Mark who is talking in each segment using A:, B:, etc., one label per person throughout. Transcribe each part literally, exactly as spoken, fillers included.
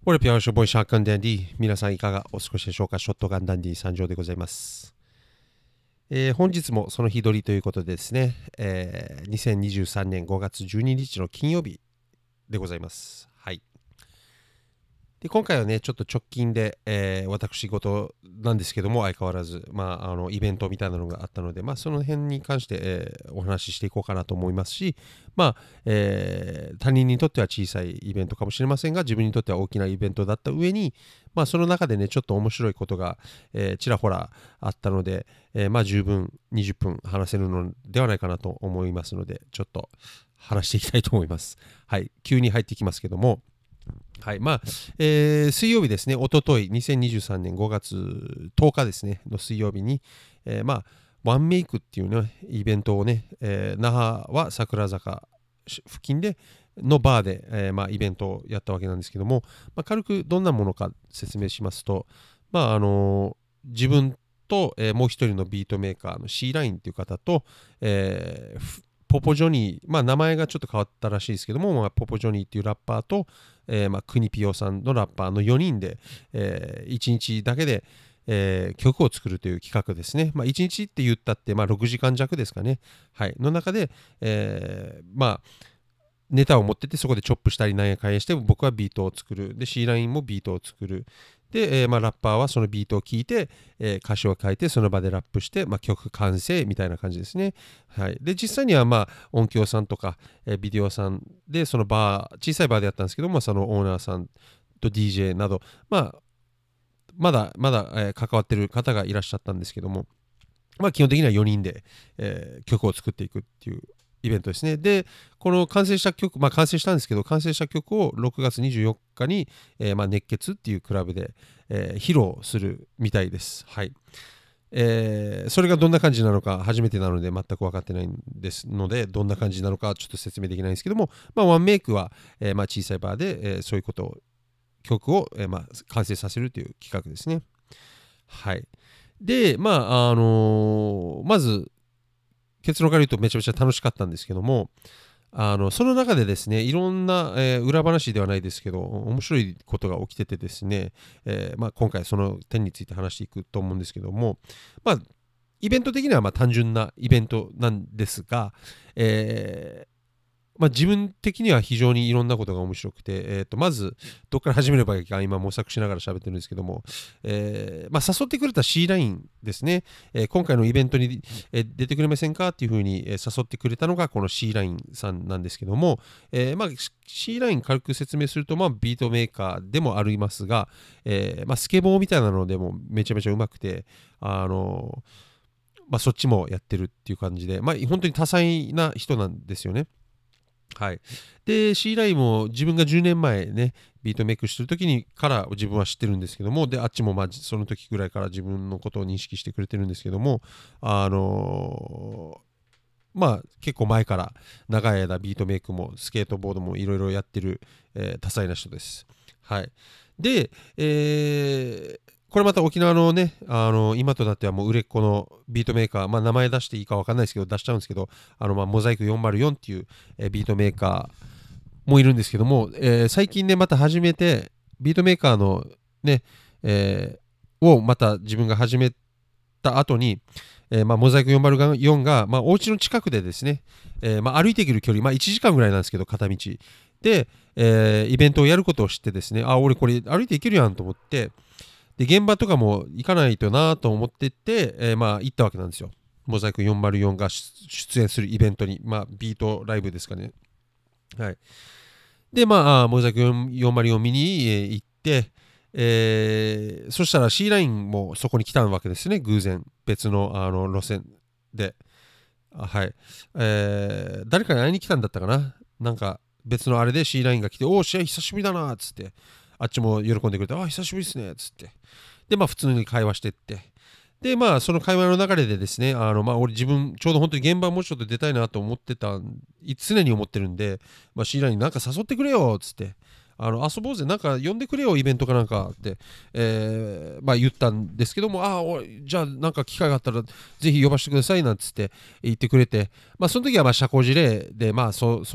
A: 俺ピアノショーボイシャーカンダンディ。皆さんいかがお過ごしでしょうか。ショットガンダンディ参上でございます。えー本日もその日取りということでですね、えーにせんにじゅうさんねんごがつじゅうににちの金曜日でございます。はい。で今回はね、ちょっと直近で、えー私事なんですけども、相変わらず、まあ、あのイベントみたいなのがあったので、まあ、その辺に関して、えーお話ししていこうかなと思いますし、まあえー他人にとっては小さいイベントかもしれませんが、自分にとっては大きなイベントだった上に、まあ、その中でね、ちょっと面白いことが、えーちらほらあったので、えーまあ、十分にじゅっぷん話せるのではないかなと思いますので、ちょっと話していきたいと思います。はい、急に入ってきますけども、はい、まあ、えー水曜日ですね、おととい、にせんにじゅうさんねんごがつとおかですね、の水曜日に、えーまあ、ワンメイクっていうね、イベントをね、えー那覇は桜坂付近でのバーで、えーまあ、イベントをやったわけなんですけども、まあ、軽くどんなものか説明しますと、まああのー自分と、えーもう一人のビートメーカーの C ラインっていう方と、えーポポジョニー、まあ、名前がちょっと変わったらしいですけども、まあ、ポポジョニーっていうラッパーと、えーまあ、クニピオさんのラッパーのよにんで、えーいちにちだけで、えー曲を作るという企画ですね。まあ、いちにちって言ったって、まあ、ろくじかん弱ですかね。はい。の中で、えーまあ、ネタを持ってってそこでチョップしたりなんやかんやして僕はビートを作る。で、C ラインもビートを作る。で、えーまあ、ラッパーはそのビートを聞いて、えー歌詞を書いてその場でラップして、まあ、曲完成みたいな感じですね。はい。で、実際にはまあ音響さんとか、えービデオさんでそのバー、小さいバーでやったんですけども、そのオーナーさんと ディージェー など、まあ、まだまだ、えー関わってる方がいらっしゃったんですけども、まあ、基本的にはよにんで、えー曲を作っていくっていうイベントですね。で、この完成した曲、まあ完成したんですけど、完成した曲をろくがつにじゅうよっかに、えーまあ、熱血っていうクラブで、えー披露するみたいです。はい。えーそれがどんな感じなのか初めてなので全く分かってないんですので、どんな感じなのかちょっと説明できないんですけども、まあ、ワンメイクは、えーまあ、小さいバーで、えーそういうことを、曲を、えーまあ、完成させるという企画ですね。はい。で、まあ、あのーまず結論から言うとめちゃめちゃ楽しかったんですけども、あのその中でですね、いろんな、えー裏話ではないですけど、面白いことが起きててですね、えーまあ、今回その点について話していくと思うんですけども、まあ、イベント的にはまあ単純なイベントなんですが、えーまあ、自分的には非常にいろんなことが面白くて、えー、とまずどこから始めればいいか今模索しながら喋ってるんですけども、えーまあ、誘ってくれた C ラインですね、えー今回のイベントに、えー出てくれませんかっていうふうに、えー誘ってくれたのがこの C ラインさんなんですけども、えーまあ、C ライン軽く説明すると、まあ、ビートメーカーでもありますが、えーまあ、スケボーみたいなのでもめちゃめちゃうまくて、あのーまあ、そっちもやってるっていう感じで、まあ、本当に多彩な人なんですよね。はい。で、C ラインも自分がじゅうねんまえね、ビートメイクしてる時にから自分は知ってるんですけども、で、あっちもまあその時ぐらいから自分のことを認識してくれてるんですけども、あのーまあ結構前から長い間ビートメイクもスケートボードもいろいろやってる、えー多彩な人です。はい。で、えーこれまた沖縄のね、あの今となってはもう売れっ子のビートメーカー、まあ、名前出していいか分かんないですけど、出しちゃうんですけど、あのまあモザイクよんまるよんっていう、えービートメーカーもいるんですけども、えー最近ね、また始めて、ビートメーカーのね、えーをまた自分が始めた後に、えーまあ、モザイクよんまるよんが、まあ、お家の近くでですね、えーまあ、歩いていける距離、まあ、いちじかんぐらいなんですけど、片道。で、えーイベントをやることを知ってですね、あ、俺これ歩いていけるやんと思って、で、現場とかも行かないとなと思ってって、えーまあ、行ったわけなんですよ。モザイクよんまるよんが出演するイベントに、まあ、ビートライブですかね。はい。で、まあ、モザイクよんまるよん見にえー行って、えーそしたら C ラインもそこに来たわけですね、偶然。別のあの路線で。あはい。えー誰かに会いに来たんだったかな。なんか別のあれで C ラインが来て、おお、試合久しぶりだなっつって、あっちも喜んでくれて、あ、久しぶりですねっつって。で、まあ普通に会話してって。で、まあその会話の流れでですね、あの、まあ俺自分、ちょうど本当に現場もうちょっと出たいなと思ってた、常に思ってるんで、まあ C ラインになんか誘ってくれよっつって。あの遊ぼうぜ、なんか呼んでくれよ、イベントかなんかって、えーまあ、言ったんですけども、ああ、じゃあ、なんか機会があったら、ぜひ呼ばせてくださいなんつって言ってくれて、まあ、その時はまあ社交辞令で、まあ、そうそう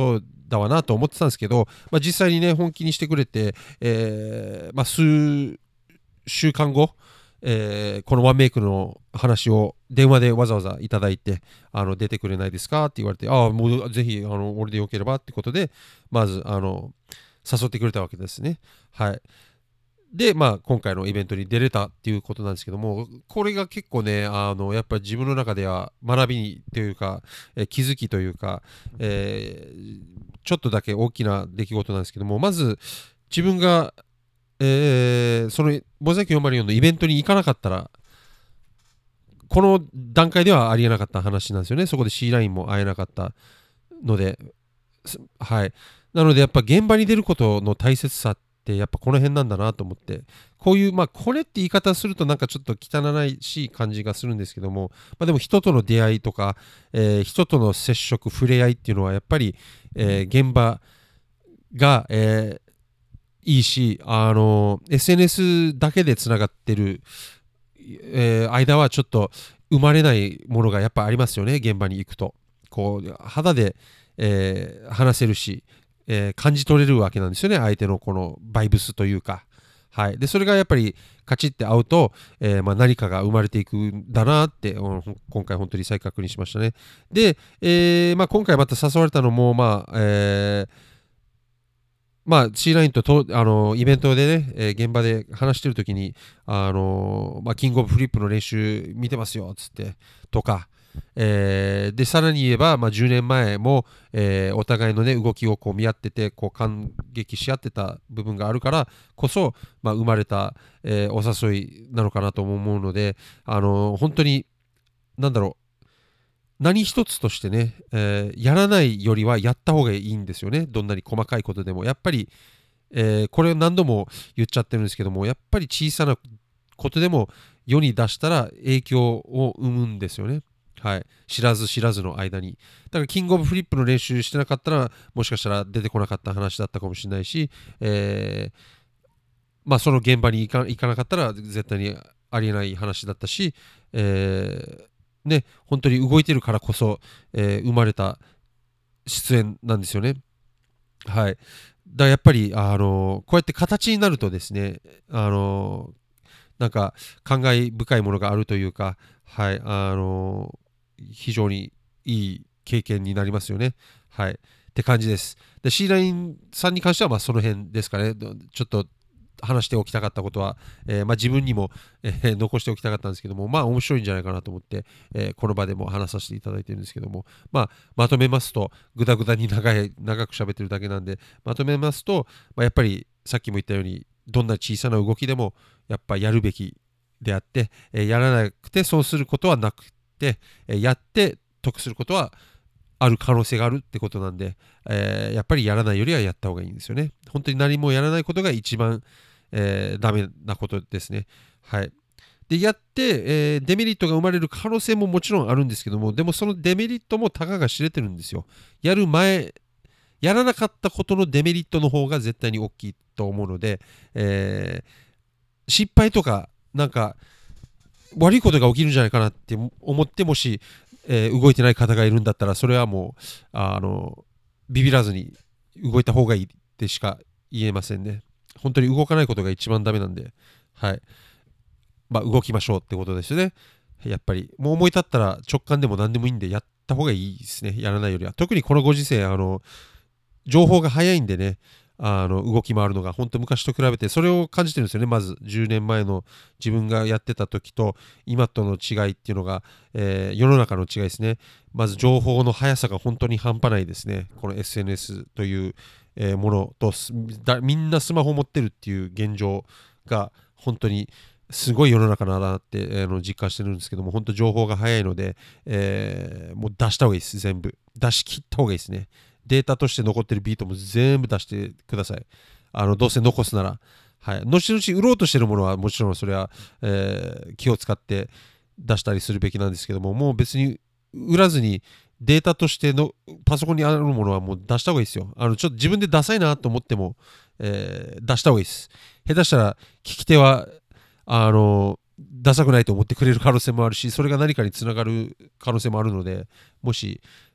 A: だわなと思ってたんですけど、まあ、実際にね本気にしてくれて、えーまあ、数週間後、えーこのワンメイクの話を電話でわざわざいただいて、あの出てくれないですかって言われて、ああもうぜひあの俺でよければってことで、まずあの誘ってくれたわけですね。はい。で、まあ、今回のイベントに出れたっていうことなんですけども、これが結構ね、あのやっぱり自分の中では学びというか、えー気づきというか、えーちょっとだけ大きな出来事なんですけども、まず自分が、えーそのボザキよんまるよんのイベントに行かなかったら、この段階ではありえなかった話なんですよね。そこで C ラインも会えなかったので、すはい。なのでやっぱ現場に出ることの大切さってやっぱこの辺なんだなと思って、こういう、まあこれって言い方するとなんかちょっと汚いしい感じがするんですけども、まあでも人との出会いとか、えー人との接触、触れ合いっていうのはやっぱり、えー現場が、えーいいし、あの エスエヌエス だけでつながってる、えー間はちょっと生まれないものがやっぱありますよね、現場に行くと。こう肌で、えー話せるし、えー感じ取れるわけなんですよね、相手のこのバイブスというか。はい、でそれがやっぱりカチッて合うと、えーまあ、何かが生まれていくんだなって、うん今回本当に再確認しましたね。で、えーまあ、今回また誘われたのも、まあえーまあ、C ラインととあのイベントでね、えー現場で話してるときに、あのまあ、キングオブフリップの練習見てますよっつってとか、えーでさらに言えば、まあ、じゅうねんまえも、えーお互いの、ね、動きをこう見合っててこう感激し合ってた部分があるからこそ、まあ、生まれた、えーお誘いなのかなとも思うので、あの本当になんだろう何一つとしてね、えーやらないよりはやった方がいいんですよね。どんなに細かいことでも。やっぱり、えーこれを何度も言っちゃってるんですけども、やっぱり小さなことでも世に出したら影響を生むんですよね。はい。知らず知らずの間に。だから、キングオブフリップの練習してなかったら、もしかしたら出てこなかった話だったかもしれないし、えーまあ、その現場に行か行かなかったら絶対にありえない話だったし、えーね、本当に動いてるからこそ、えー生まれた出演なんですよね。はい。だからやっぱり、あのこうやって形になるとですね、あのなんか感慨深いものがあるというか、はい、あの非常にいい経験になりますよね。はい。って感じです。で、C ラインさんに関しては、まあ、その辺ですかね。どちょっと話しておきたかったことは、えーまあ、自分にも、えー残しておきたかったんですけども、まあ面白いんじゃないかなと思って、えーこの場でも話させていただいてるんですけども、まあ、まとめますと、ぐだぐだに長い長く喋ってるだけなんで、まとめますと、まあ、やっぱりさっきも言ったように、どんな小さな動きでも、やっぱやるべきであって、えーやらなくて損することはなくて、えーやって得することはある可能性があるってことなんで、えーやっぱりやらないよりはやった方がいいんですよね。本当に何もやらないことが一番、えーダメなことですね。はい。で、やって、えーデメリットが生まれる可能性ももちろんあるんですけども、でもそのデメリットもたかが知れてるんですよ。やる前、やらなかったことのデメリットの方が絶対に大きいと思うので、えー失敗とか、なんか悪いことが起きるんじゃないかなって思ってもし、えー動いてない方がいるんだったらそれはもうあのビビらずに動いた方がいいってしか言えませんね。本当に動かないことが一番ダメなんで、はい。まあ、動きましょうってことですね。やっぱりもう思い立ったら直感でも何でもいいんでやった方がいいですね。やらないよりは。特にこのご時世、あの情報が早いんでね、あの動き回るのが本当昔と比べてそれを感じてるんですよね。まずじゅうねんまえの自分がやってた時と今との違いっていうのが、えー世の中の違いですね。まず情報の速さが本当に半端ないですね。この エスエヌエス という、えーものとすだみんなスマホを持ってるっていう現状が本当にすごい世の中だなって、えーの実感してるんですけども、本当情報が早いので、えーもう出した方がいいです。全部出し切った方がいいですね。データとして残ってるビートも全部出してください。あのどうせ残すなら、はい、後々売ろうとしてるものはもちろんそれは、えー気を使って出したりするべきなんですけども、もう別に売らずにデータとしてのパソコンにあるものはもう出した方がいいですよ。あのちょっと自分でダサいなと思っても、えー出した方がいいです。下手したら聞き手はあのダサくないと思ってくれる可能性もあるし、それが何かにつながる可能性もあるので、もし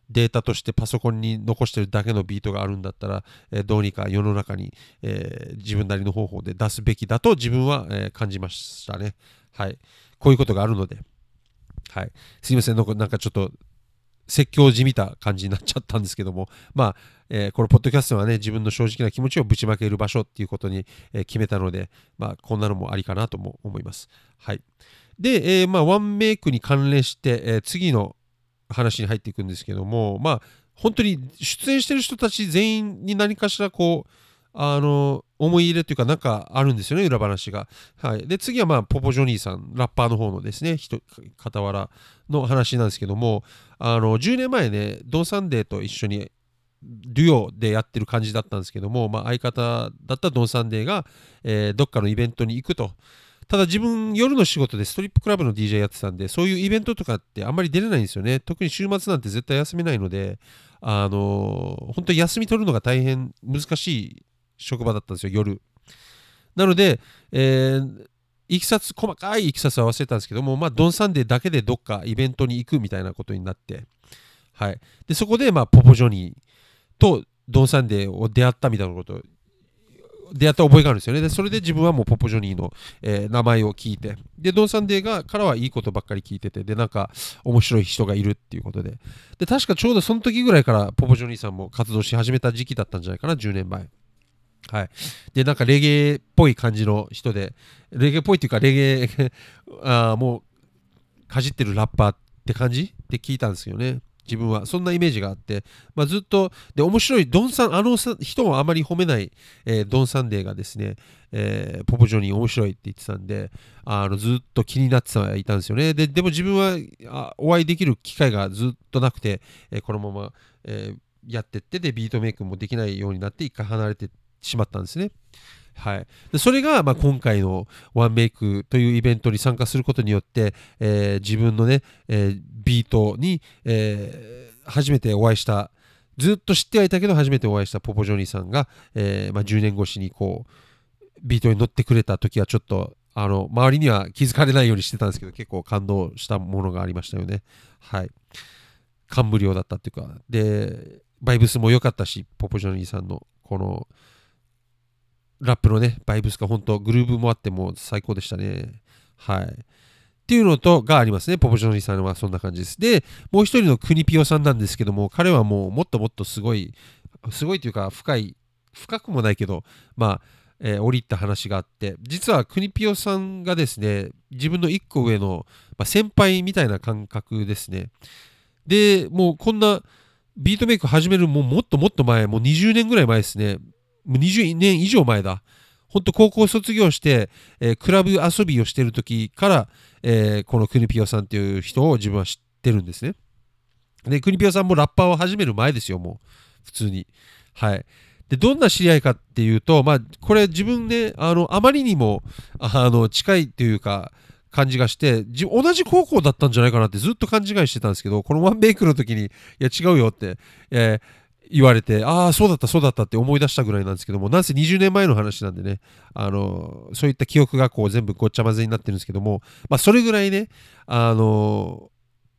A: データとしてパソコンに残してるだけのビートがあるんだったら、えー、どうにか世の中に、えー、自分なりの方法で出すべきだと自分は、えー、感じましたね。はい。こういうことがあるので、はい。すいません、なんかなんかちょっと説教じみた感じになっちゃったんですけども、まあ、えーこのポッドキャストはね、自分の正直な気持ちをぶちまける場所っていうことに、えー決めたので、まあ、こんなのもありかなとも思います。はい。で、えーまあ、ワンメイクに関連して、えー次の話に入っていくんですけども、まあ、本当に出演してる人たち全員に何かしらこう、あの、思い入れというか、なんかあるんですよね、裏話が。はい。で、次は、まあ、ポポジョニーさん、ラッパーの方のですね、人傍らの話なんですけども、あの、じゅうねんまえね、ドンサンデーと一緒に、デュオでやってる感じだったんですけども、まあ、相方だったドンサンデーが、えーどっかのイベントに行くと。ただ自分夜の仕事でストリップクラブの ディージェー やってたんで、そういうイベントとかってあんまり出れないんですよね。特に週末なんて絶対休めないので、あのー本当に休み取るのが大変難しい職場だったんですよ、夜。なので、えーいきさつ、細かいいきさつは忘れたんですけども、まあ、ドンサンデーだけでどっかイベントに行くみたいなことになって、はい。で、そこで、まあ、ポポジョニーとドンサンデーを出会ったみたいなこと出会った覚えがあるんですよね。で、それで自分はもうポポジョニーの、えー名前を聞いて、で、ドンサンデーがからはいいことばっかり聞いてて、で、なんか面白い人がいるっていうことで、で、確かちょうどその時ぐらいからポポジョニーさんも活動し始めた時期だったんじゃないかな、じゅうねんまえ。はい。で、なんかレゲエっぽい感じの人で、レゲエっぽいっていうか、レゲエあーもうかじってるラッパーって感じって聞いたんですよね。自分はそんなイメージがあって、まあ、ずっとで面白いドンさんあのさ人をあまり褒めない、えードンサンデーがですね、えーポポジョニー面白いって言ってたんで、あのずっと気になってはいたんですよね。ででも自分はあお会いできる機会がずっとなくて、えーこのまま、えーやってってでビートメイクもできないようになって一回離れてしまったんですね。はい、でそれが、まあ、今回のワンメイクというイベントに参加することによって、えー自分のね、えービートに、えー初めてお会いしたずっと知ってはいたけど初めてお会いしたポポジョニーさんが、えーまあ、じゅうねん越しにこうビートに乗ってくれた時はちょっとあの周りには気づかれないようにしてたんですけど結構感動したものがありましたよね。はい、感無量だったっていうかでバイブスも良かったしポポジョニーさんのこのラップのね、バイブスが本当グルーブもあってもう最高でしたね。はい。っていうのとがありますね。ポポジョニーさんはそんな感じです。で、もう一人のクニピオさんなんですけども、彼はもうもっともっとすごい、すごいというか深い、深くもないけど、まあ、えー降りた話があって、実はクニピオさんがですね、自分の一個上の、まあ、先輩みたいな感覚ですね。で、もうこんなビートメイク始めるもうもっともっと前、もうにじゅうねんぐらい前ですね。もうにじゅうねん以上前だ。ほんと高校卒業して、えークラブ遊びをしてる時から、えーこのクニピオさんっていう人を自分は知ってるんですね。で、クニピオさんもラッパーを始める前ですよ、もう。普通に。はい。で、どんな知り合いかっていうと、まあ、これ自分で、あの、あまりにも、あの、近いというか、感じがして、じ同じ高校だったんじゃないかなってずっと勘違いしてたんですけど、このワンメイクの時に、いや、違うよって、えー言われて、ああ、そうだった、そうだったって思い出したぐらいなんですけども、なんせにじゅうねんまえの話なんでね、あの、そういった記憶がこう全部ごっちゃ混ぜになってるんですけども、まあ、それぐらいね、あの、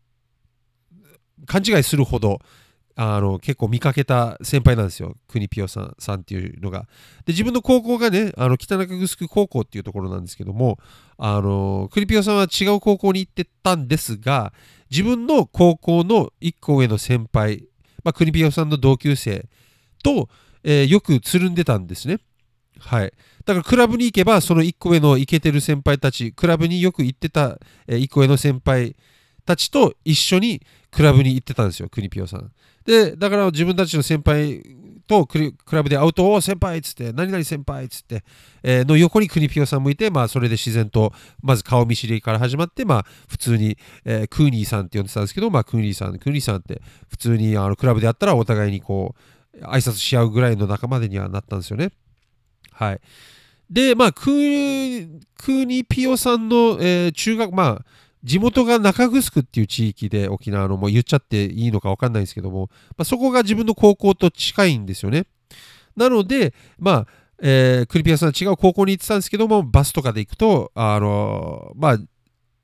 A: 勘違いするほど、あの結構見かけた先輩なんですよ、国ピオさんさんっていうのが。で、自分の高校がね、あの北中城高校っていうところなんですけども、あの国ピオさんは違う高校に行ってたんですが、自分の高校のいっこ上の先輩、まあ、国ピオさんの同級生と、えーよくつるんでたんですね。はい。だからクラブに行けば、そのいっこ上のイケてる先輩たち、クラブによく行ってた、えーいっこ上の先輩たちと一緒にクラブに行ってたんですよ、国ピオさん。で、だから自分たちの先輩とクリクラブで会うと、お先輩っつって、何々先輩っつって、えーの横に国ピオさんもいて、まあ、それで自然と、まず顔見知りから始まって、まあ、普通に、えークーニーさんって呼んでたんですけど、まあ、クーニーさん、クーニーさんって、普通にあのクラブで会ったらお互いにこう、挨拶し合うぐらいの仲間でにはなったんですよね。はい。で、まあ、クークーニピオさんの、えー中学、まあ、地元が中城っていう地域で沖縄のもう言っちゃっていいのか分かんないんですけども、まあ、そこが自分の高校と近いんですよね。なので、まあ、えークリピアさんは違う高校に行ってたんですけども、バスとかで行くと、あのまあ、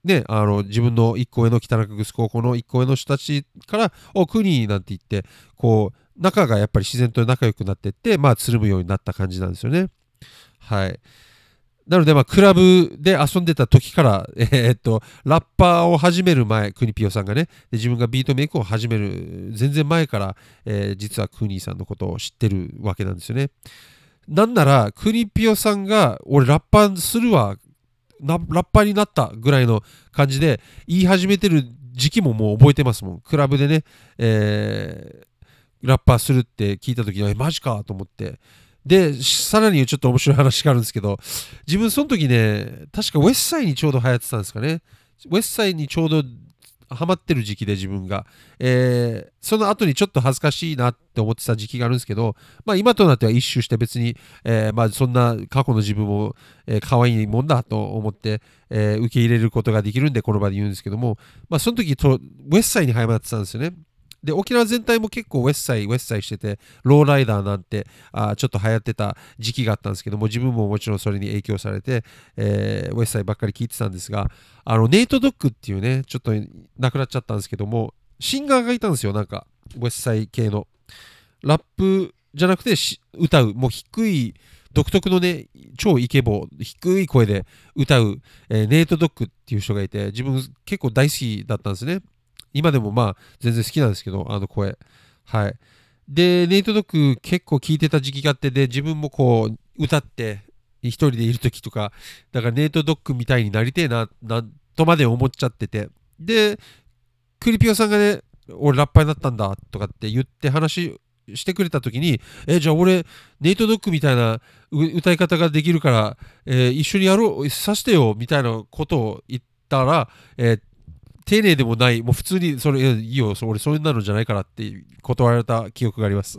A: ね、あの自分の一個上の北中城高校の一個上の人たちからお国なんて言ってこう仲がやっぱり自然と仲良くなっていってまあつるむようになった感じなんですよね。はい。なのでまあクラブで遊んでた時から、えーっとラッパーを始める前クニピオさんがねで自分がビートメイクを始める全然前から、えー実はクニーさんのことを知ってるわけなんですよね。なんならクニピオさんが俺ラッパーするわなラッパーになったぐらいの感じで言い始めてる時期ももう覚えてますもん。クラブでね、えーラッパーするって聞いた時にはえマジかと思って。でさらにちょっと面白い話があるんですけど、自分その時ね確かウェッサイにちょうど流行ってたんですかね。ウェッサイにちょうどハマってる時期で自分が、えーその後にちょっと恥ずかしいなって思ってた時期があるんですけど、まあ今となっては一周して別に、えーまあそんな過去の自分も、えー可愛いもんだと思って、えー受け入れることができるんでこの場で言うんですけども、まあその時とウェッサイにハマってたんですよね。で沖縄全体も結構ウェッサイウェッサイしててローライダーなんてあちょっと流行ってた時期があったんですけども、自分ももちろんそれに影響されて、えーウェッサイばっかり聞いてたんですが、あのネイトドッグっていうねちょっと亡くなっちゃったんですけどもシンガーがいたんですよ。なんかウェッサイ系のラップじゃなくてし歌うもう低い独特のね超イケボ低い声で歌う、えーネイトドッグっていう人がいて自分結構大好きだったんですね。今でもまあ全然好きなんですけどあの声。はい。でネイトドッグ結構聞いてた時期があってで自分もこう歌って一人でいる時とかだからネイトドッグみたいになりてえななんとまで思っちゃってて、でクリピオさんがね俺ラッパーになったんだとかって言って話してくれた時にえじゃあ俺ネイトドッグみたいなう歌い方ができるから、えー一緒にやろうさせてよみたいなことを言ったら、えー丁寧でもないもう普通にそれいやいいよそ俺そういうのじゃないからって断られた記憶があります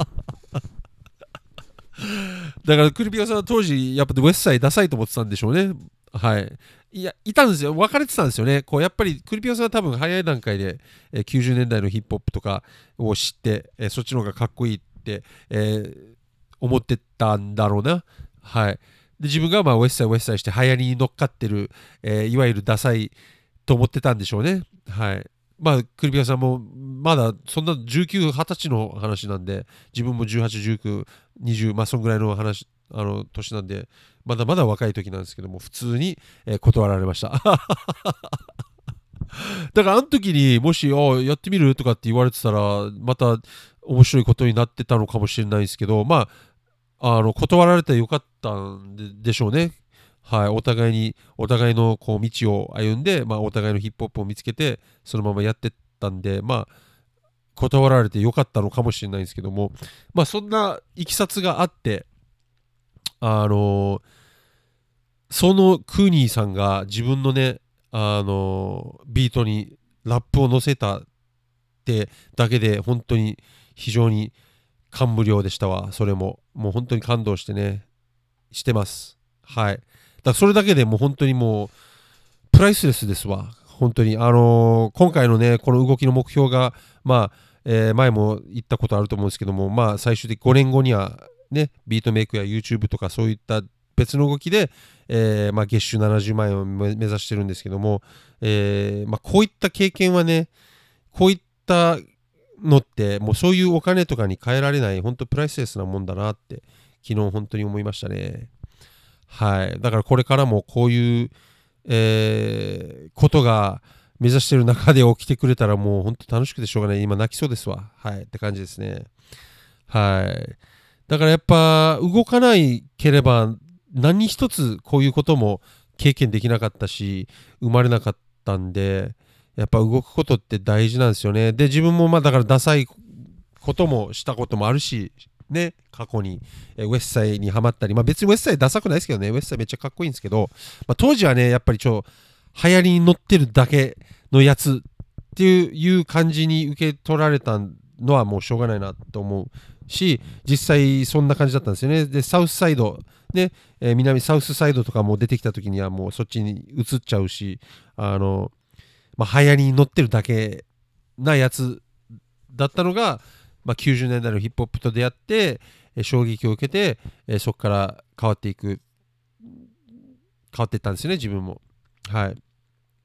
A: だからクリピオさんは当時やっぱウェッサイダサいと思ってたんでしょうね。はい。いやいたんですよ。分かれてたんですよね。こうやっぱりクリピオさんは多分早い段階で、えーきゅうじゅうねんだいのヒップホップとかを知って、えーそっちの方がかっこいいって、えー思ってたんだろうな。はい。で自分がまあウェッサイウェッサイして流行りに乗っかってる、えーいわゆるダサいと思ってたんでしょうね。はい。まあ、クリピアさんもまだそんなじゅうきゅう、はたちの話なんで、自分もじゅうはち、じゅうきゅう、にじゅう、まあ、そんぐらいの話、あの、年なんで、まだまだ若い時なんですけども、普通に、えー断られました。だからあの時にもし、あやってみるとかって言われてたら、また面白いことになってたのかもしれないですけど、まあ、あの断られてよかったんででしょうね。はい、お互いに、お互いのこう道を歩んで、まあ、お互いのヒップホップを見つけて、そのままやってったんで、まあ、断られてよかったのかもしれないんですけども、まあ、そんないきさつがあって、あのそのクーニーさんが自分のね、あのビートにラップを乗せたってだけで、本当に非常に感無量でしたわ。それも、もう本当に感動してね、してます。はい。だからそれだけでもう本当にもう、プライスレスですわ。本当に。あのー今回のね、この動きの目標が、まあ、えー前も言ったことあると思うんですけども、まあ、最終的にごねんごには、ね、ビートメイクや YouTube とかそういった別の動きで、えーまあ、月収ななじゅうまん円を目目指してるんですけども、えーまあ、こういった経験はね、こういったのって、もうそういうお金とかに変えられない、本当プライスレスなもんだなって、昨日本当に思いましたね。はい。だからこれからもこういう、えーことが目指してる中で起きてくれたらもう本当楽しくてしょうがない。今泣きそうですわ。はい。って感じですね。はい。だからやっぱ動かないければ何一つこういうことも経験できなかったし、生まれなかったんで、やっぱ動くことって大事なんですよね。で、自分もまあだからダサいこともしたこともあるし、ね、過去に、えーウェッサイにハマったり、まあ別にウェッサイダサくないですけどね、ウェッサイめっちゃかっこいいんですけど、まあ、当時はね、やっぱりちょ、流行りに乗ってるだけのやつっていういう感じに受け取られたのはもうしょうがないなと思うし、実際そんな感じだったんですよね。で、サウスサイド、ね、えー南サウスサイドとかも出てきた時にはもうそっちに移っちゃうし、あの、まあ、流行りに乗ってるだけなやつだったのが、まあ、きゅうじゅうねんだいのヒップホップと出会って、えー衝撃を受けて、えーそこから変わっていく、変わっていったんですよね、自分も。はい。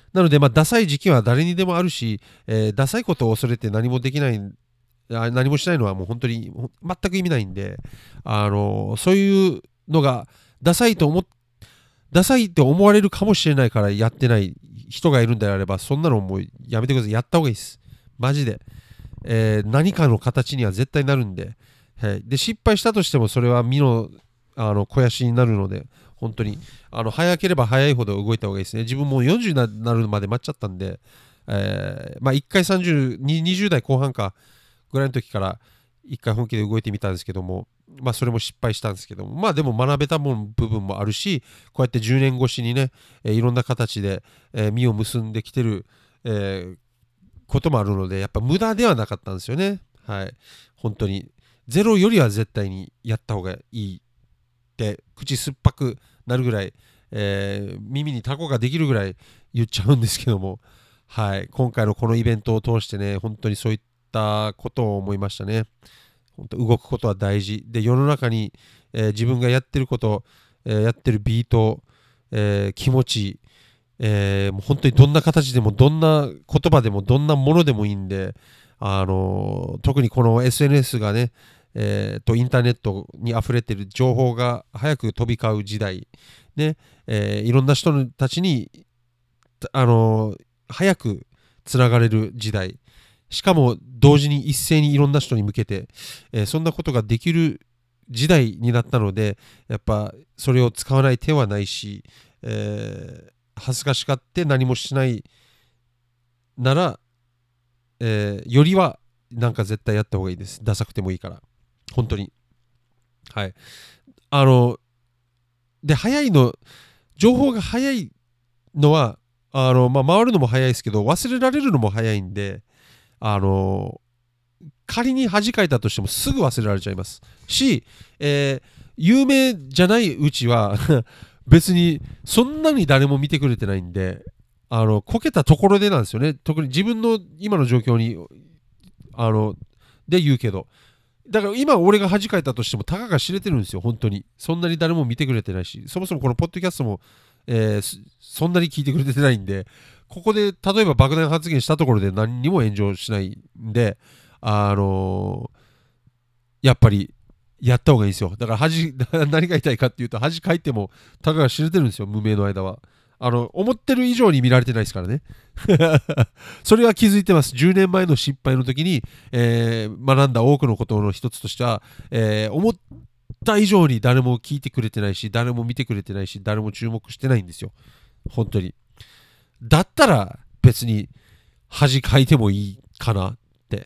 A: なので、まあ、ダサい時期は誰にでもあるし、えーダサいことを恐れて何もできない、あ何もしないのはもう本当にほん全く意味ないんで、あのそういうのがダサいと思っダサいって思われるかもしれないからやってない人がいるんであれば、そんなのもうやめてください。やった方がいいです。マジで。えー何かの形には絶対なるんで、はい、で失敗したとしてもそれは身の、あの肥やしになるので、本当にあの早ければ早いほど動いた方がいいですね。自分もうよんじゅうになるまで待っちゃったんで、えーまあ、いっかいさんじゅう、にじゅう代後半かぐらいの時からいっかい本気で動いてみたんですけども、まあそれも失敗したんですけども、まあでも学べたもん部分もあるし、こうやってじゅうねん越しにね、えーいろんな形で、えー実を結んできてる、えーこともあるので、やっぱ無駄ではなかったんですよね。はい。本当に。ゼロよりは絶対にやった方がいいって口酸っぱくなるぐらい、えー耳にタコができるぐらい言っちゃうんですけども、はい。今回のこのイベントを通してね、本当にそういったことを思いましたね。本当動くことは大事で、世の中に、えー自分がやってること、えーやってるビート、えー気持ち、えーもう本当にどんな形でもどんな言葉でもどんなものでもいいんで、あのー特にこの エスエヌエス がね、えーとインターネットに溢れてる情報が早く飛び交う時代、ねえーいろんな人たちに、あのー早くつながれる時代、しかも同時に一斉にいろんな人に向けて、えーそんなことができる時代になったので、やっぱそれを使わない手はないし、えー恥ずかしがって何もしないなら、えーよりはなんか絶対やった方がいいです。ダサくてもいいから。本当に。はい。あの、で、早いの、情報が早いのは、あの、まあ、回るのも早いですけど、忘れられるのも早いんで、あの、仮に恥かいたとしてもすぐ忘れられちゃいますし、えー有名じゃないうちは別にそんなに誰も見てくれてないんで、あのこけたところでなんですよね。特に自分の今の状況にあので言うけど、だから今俺が恥かいたとしてもたかが知れてるんですよ。本当にそんなに誰も見てくれてないし、そもそもこのポッドキャストも、えーそんなに聞いてくれてないんで、ここで例えば爆弾発言したところで何にも炎上しないんで、あのーやっぱりやった方がいいですよ。だから恥、何が言いたいかっていうと、恥かいてもたかが知れてるんですよ、無名の間は。あの、思ってる以上に見られてないですからね。それは気づいてます。じゅうねんまえの失敗の時に、えー学んだ多くのことの一つとしては、えー思った以上に誰も聞いてくれてないし、誰も見てくれてないし、誰も注目してないんですよ。本当に。だったら別に恥かいてもいいかなって。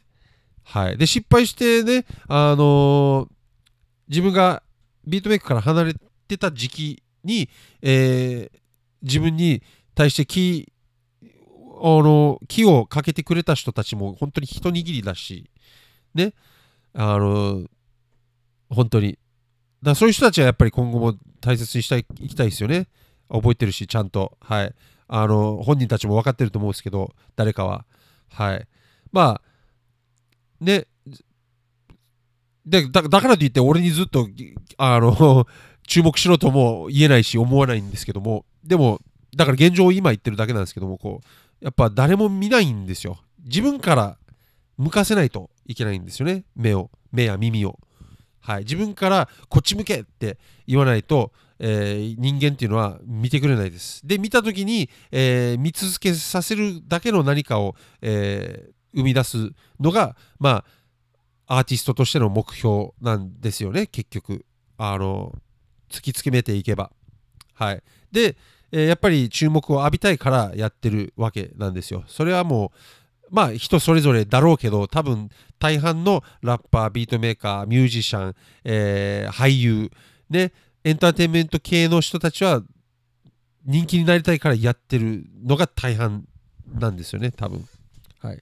A: はい。で、失敗してね、あのー自分がビートメイクから離れてた時期に、えー自分に対して気あの気をかけてくれた人たちも本当に一握りだし、ね、あの本当に。だからそういう人たちはやっぱり今後も大切にしたい、いきたいですよね。覚えてるし、ちゃんと。はい。あの、本人たちも分かってると思うんですけど、誰かは。はい。まあ、ね、でだだからといって俺にずっとあの注目しろとも言えないし思わないんですけども、でもだから現状を今言ってるだけなんですけども、こうやっぱ誰も見ないんですよ。自分から向かせないといけないんですよね。目を目や耳を、はい、自分からこっち向けって言わないと、えー人間っていうのは見てくれないです。で見た時に、えー見続けさせるだけの何かを、えー生み出すのがまあアーティストとしての目標なんですよね、結局。あの、突き詰めていけば。はい。で、えーやっぱり注目を浴びたいからやってるわけなんですよ。それはもう、まあ人それぞれだろうけど、多分大半のラッパー、ビートメーカー、ミュージシャン、えー俳優、ね、エンターテインメント系の人たちは人気になりたいからやってるのが大半なんですよね、多分。はい。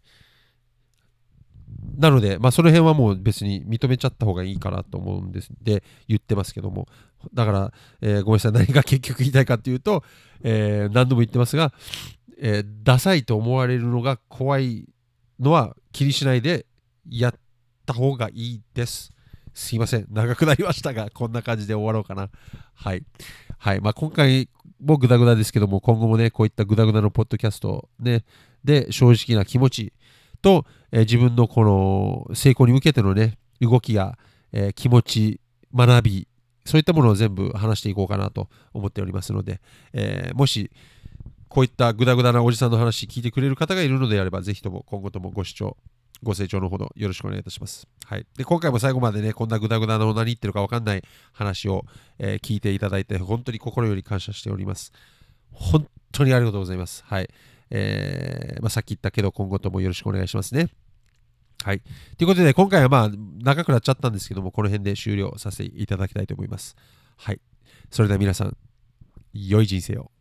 A: なので、まあ、その辺はもう別に認めちゃった方がいいかなと思うんですで言ってますけども、だから、えーごめんなさい、何が結局言いたいかっていうと、えー何度も言ってますが、えーダサいと思われるのが怖いのは気にしないでやった方がいいです。すいません、長くなりましたが、こんな感じで終わろうかな。はい。はい。まあ、今回もグダグダですけども、今後もね、こういったグダグダのポッドキャスト、ね、で正直な気持ちと、えー自分のこの成功に向けてのね、動きや、えー気持ち、学び、そういったものを全部話していこうかなと思っておりますので、えーもしこういったグダグダなおじさんの話聞いてくれる方がいるのであれば、ぜひとも今後ともご視聴、ご清聴のほどよろしくお願いいたします。はい。で、今回も最後までね、こんなグダグダの何言ってるか分かんない話を、えー聞いていただいて、本当に心より感謝しております。本当にありがとうございます。はい。えーまあ、さっき言ったけど、今後ともよろしくお願いしますね。はい。ということで、今回はまあ、長くなっちゃったんですけども、この辺で終了させていただきたいと思います。はい。それでは皆さん、良い人生を。